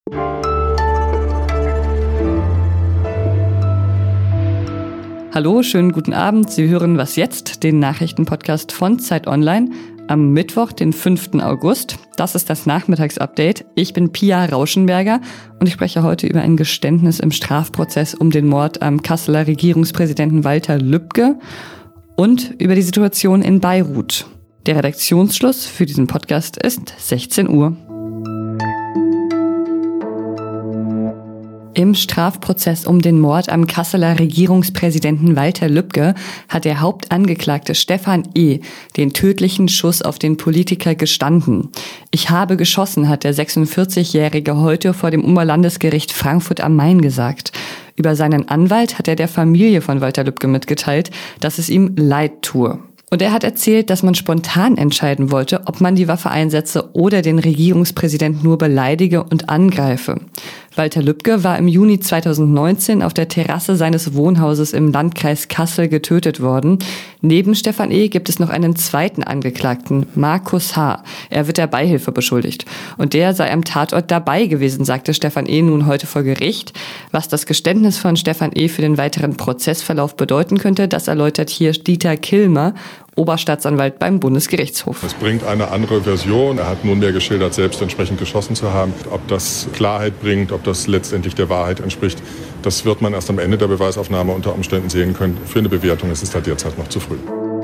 Hallo, schönen guten Abend. Sie hören Was jetzt?, den Nachrichtenpodcast von Zeit Online am Mittwoch, den 5. August. Das ist das Nachmittagsupdate. Ich bin Pia Rauschenberger und ich spreche heute über ein Geständnis im Strafprozess um den Mord am Kasseler Regierungspräsidenten Walter Lübcke und über die Situation in Beirut. Der Redaktionsschluss für diesen Podcast ist 16 Uhr. Im Strafprozess um den Mord am Kasseler Regierungspräsidenten Walter Lübcke hat der Hauptangeklagte Stefan E. den tödlichen Schuss auf den Politiker gestanden. Ich habe geschossen, hat der 46-Jährige heute vor dem Oberlandesgericht Frankfurt am Main gesagt. Über seinen Anwalt hat er der Familie von Walter Lübcke mitgeteilt, dass es ihm leid tue. Und er hat erzählt, dass man spontan entscheiden wollte, ob man die Waffe einsetze oder den Regierungspräsidenten nur beleidige und angreife. Walter Lübcke war im Juni 2019 auf der Terrasse seines Wohnhauses im Landkreis Kassel getötet worden. Neben Stefan E. gibt es noch einen zweiten Angeklagten, Markus H. Er wird der Beihilfe beschuldigt. Und der sei am Tatort dabei gewesen, sagte Stefan E. nun heute vor Gericht. Was das Geständnis von Stefan E. für den weiteren Prozessverlauf bedeuten könnte, das erläutert hier Dieter Kilmer, Oberstaatsanwalt beim Bundesgerichtshof. Es bringt eine andere Version. Er hat nunmehr geschildert, selbst entsprechend geschossen zu haben. Ob das Klarheit bringt, ob das letztendlich der Wahrheit entspricht, das wird man erst am Ende der Beweisaufnahme unter Umständen sehen können. Für eine Bewertung ist es da derzeit noch zu früh.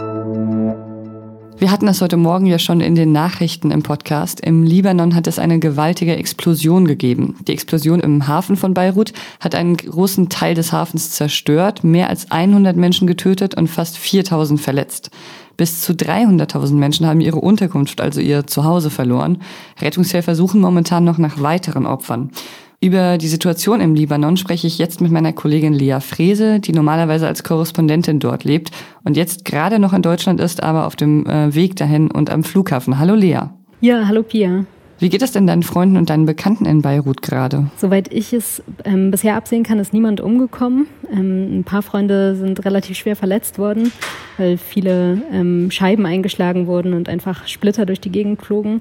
Wir hatten das heute Morgen ja schon in den Nachrichten im Podcast. Im Libanon hat es eine gewaltige Explosion gegeben. Die Explosion im Hafen von Beirut hat einen großen Teil des Hafens zerstört, mehr als 100 Menschen getötet und fast 4.000 verletzt. Bis zu 300.000 Menschen haben ihre Unterkunft, also ihr Zuhause, verloren. Rettungshelfer suchen momentan noch nach weiteren Opfern. Über die Situation im Libanon spreche ich jetzt mit meiner Kollegin Lea Frese, die normalerweise als Korrespondentin dort lebt und jetzt gerade noch in Deutschland ist, aber auf dem Weg dahin und am Flughafen. Hallo Lea. Ja, hallo Pia. Wie geht es denn deinen Freunden und deinen Bekannten in Beirut gerade? Soweit ich es bisher absehen kann, ist niemand umgekommen. Ein paar Freunde sind relativ schwer verletzt worden, weil viele Scheiben eingeschlagen wurden und einfach Splitter durch die Gegend flogen.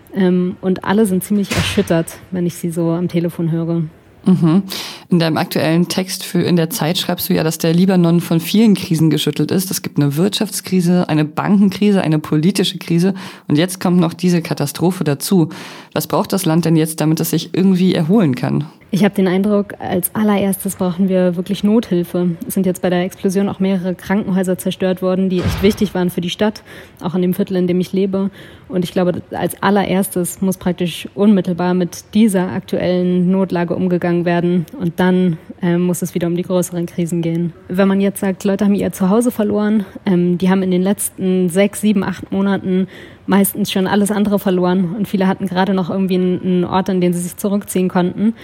Und alle sind ziemlich erschüttert, wenn ich sie so am Telefon höre. Mhm. In deinem aktuellen Text in der Zeit schreibst du ja, dass der Libanon von vielen Krisen geschüttelt ist. Es gibt eine Wirtschaftskrise, eine Bankenkrise, eine politische Krise und jetzt kommt noch diese Katastrophe dazu. Was braucht das Land denn jetzt, damit es sich irgendwie erholen kann? Ich habe den Eindruck, als allererstes brauchen wir wirklich Nothilfe. Es sind jetzt bei der Explosion auch mehrere Krankenhäuser zerstört worden, die echt wichtig waren für die Stadt, auch in dem Viertel, in dem ich lebe. Und ich glaube, als allererstes muss praktisch unmittelbar mit dieser aktuellen Notlage umgegangen werden. Und dann muss es wieder um die größeren Krisen gehen. Wenn man jetzt sagt, Leute haben ihr Zuhause verloren, die haben in den letzten 6, 7, 8 Monaten meistens schon alles andere verloren. Und viele hatten gerade noch irgendwie einen Ort, an den sie sich zurückziehen konnten.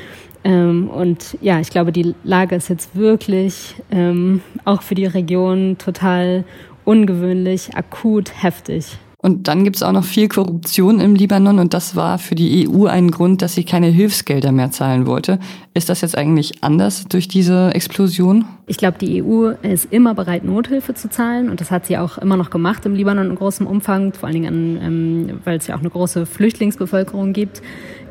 Und ja, ich glaube, die Lage ist jetzt wirklich auch für die Region total ungewöhnlich, akut, heftig. Und dann gibt's auch noch viel Korruption im Libanon und das war für die EU ein Grund, dass sie keine Hilfsgelder mehr zahlen wollte. Ist das jetzt eigentlich anders durch diese Explosion? Ich glaube, die EU ist immer bereit, Nothilfe zu zahlen und das hat sie auch immer noch gemacht im Libanon in großem Umfang, vor allen Dingen weil es ja auch eine große Flüchtlingsbevölkerung gibt.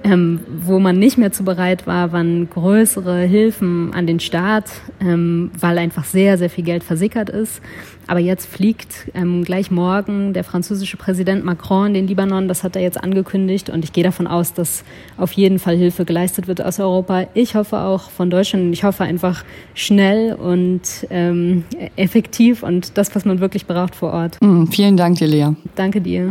Wo man nicht mehr zu bereit war, waren größere Hilfen an den Staat, weil einfach sehr, sehr viel Geld versickert ist. Aber jetzt fliegt gleich morgen der französische Präsident Macron in den Libanon. Das hat er jetzt angekündigt und ich gehe davon aus, dass auf jeden Fall Hilfe geleistet wird aus Europa. Ich hoffe auch von Deutschland und ich hoffe einfach schnell und effektiv und das, was man wirklich braucht vor Ort. Vielen Dank dir, Lea. Danke dir.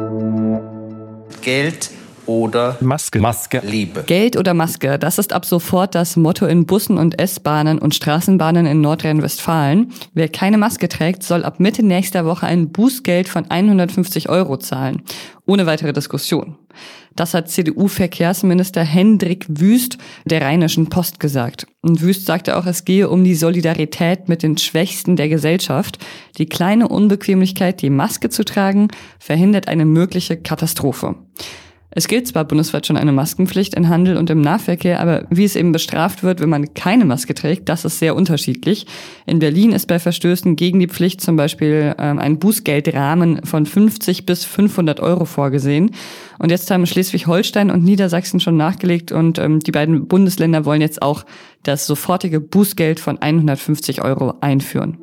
Geld oder Maske. Liebe. Geld oder Maske, das ist ab sofort das Motto in Bussen und S-Bahnen und Straßenbahnen in Nordrhein-Westfalen. Wer keine Maske trägt, soll ab Mitte nächster Woche ein Bußgeld von 150 € zahlen. Ohne weitere Diskussion. Das hat CDU-Verkehrsminister Hendrik Wüst der Rheinischen Post gesagt. Und Wüst sagte auch, es gehe um die Solidarität mit den Schwächsten der Gesellschaft. Die kleine Unbequemlichkeit, die Maske zu tragen, verhindert eine mögliche Katastrophe. Es gilt zwar bundesweit schon eine Maskenpflicht in Handel und im Nahverkehr, aber wie es eben bestraft wird, wenn man keine Maske trägt, das ist sehr unterschiedlich. In Berlin ist bei Verstößen gegen die Pflicht zum Beispiel ein Bußgeldrahmen von 50 bis 500 € vorgesehen. Und jetzt haben Schleswig-Holstein und Niedersachsen schon nachgelegt und die beiden Bundesländer wollen jetzt auch das sofortige Bußgeld von 150 € einführen.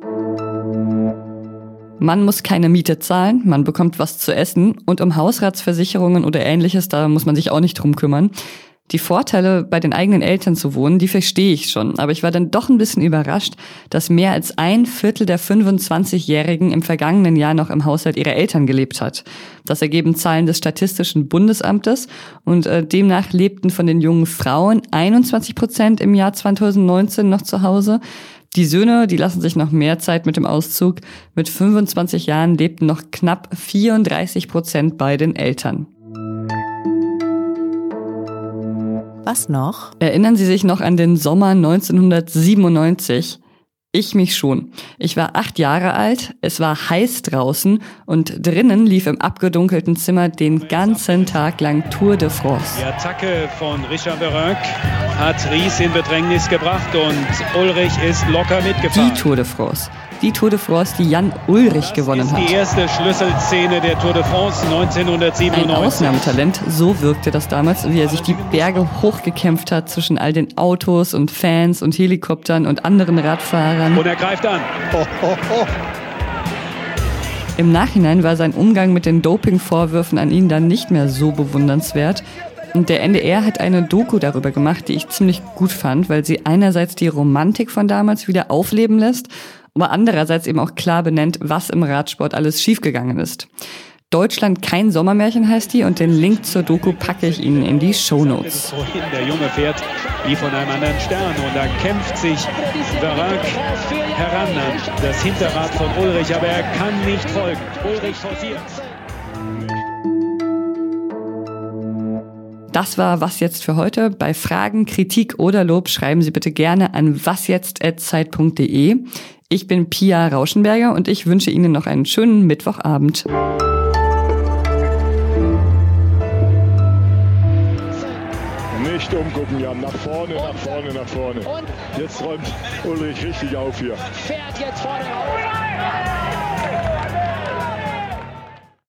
Man muss keine Miete zahlen, man bekommt was zu essen und um Hausratsversicherungen oder Ähnliches, da muss man sich auch nicht drum kümmern. Die Vorteile, bei den eigenen Eltern zu wohnen, die verstehe ich schon. Aber ich war dann doch ein bisschen überrascht, dass mehr als 1/4 der 25-Jährigen im vergangenen Jahr noch im Haushalt ihrer Eltern gelebt hat. Das ergeben Zahlen des Statistischen Bundesamtes und demnach lebten von den jungen Frauen 21% im Jahr 2019 noch zu Hause. Die Söhne, die lassen sich noch mehr Zeit mit dem Auszug. Mit 25 Jahren lebten noch knapp 34% bei den Eltern. Was noch? Erinnern Sie sich noch an den Sommer 1997? Ich mich schon. Ich war 8 Jahre alt, es war heiß draußen und drinnen lief im abgedunkelten Zimmer den ganzen Tag lang Tour de France. Die Attacke von Richard Virenque hat Ries in Bedrängnis gebracht und Ullrich ist locker mitgefahren. Die Tour de France, die Jan Ullrich gewonnen hat. Die erste Schlüsselszene der Tour de France 1997. Ein Ausnahmetalent, so wirkte das damals, wie er sich die Berge hochgekämpft hat zwischen all den Autos und Fans und Helikoptern und anderen Radfahrern. Und er greift an. Im Nachhinein war sein Umgang mit den Dopingvorwürfen an ihn dann nicht mehr so bewundernswert. Und der NDR hat eine Doku darüber gemacht, die ich ziemlich gut fand, weil sie einerseits die Romantik von damals wieder aufleben lässt, aber andererseits eben auch klar benennt, was im Radsport alles schiefgegangen ist. Deutschland kein Sommermärchen heißt die und den Link zur Doku packe ich Ihnen in die Shownotes. Der Junge fährt wie von einem anderen Stern und da kämpft sich Virenque heran an das Hinterrad von Ullrich, aber er kann nicht folgen. Ullrich forciert. Das war Was jetzt für heute. Bei Fragen, Kritik oder Lob schreiben Sie bitte gerne an wasjetzt@zeit.de. Ich bin Pia Rauschenberger und ich wünsche Ihnen noch einen schönen Mittwochabend. Nicht umgucken, Jan. Nach vorne, nach vorne, nach vorne. Jetzt räumt Ullrich richtig auf hier. Fährt jetzt vorne raus.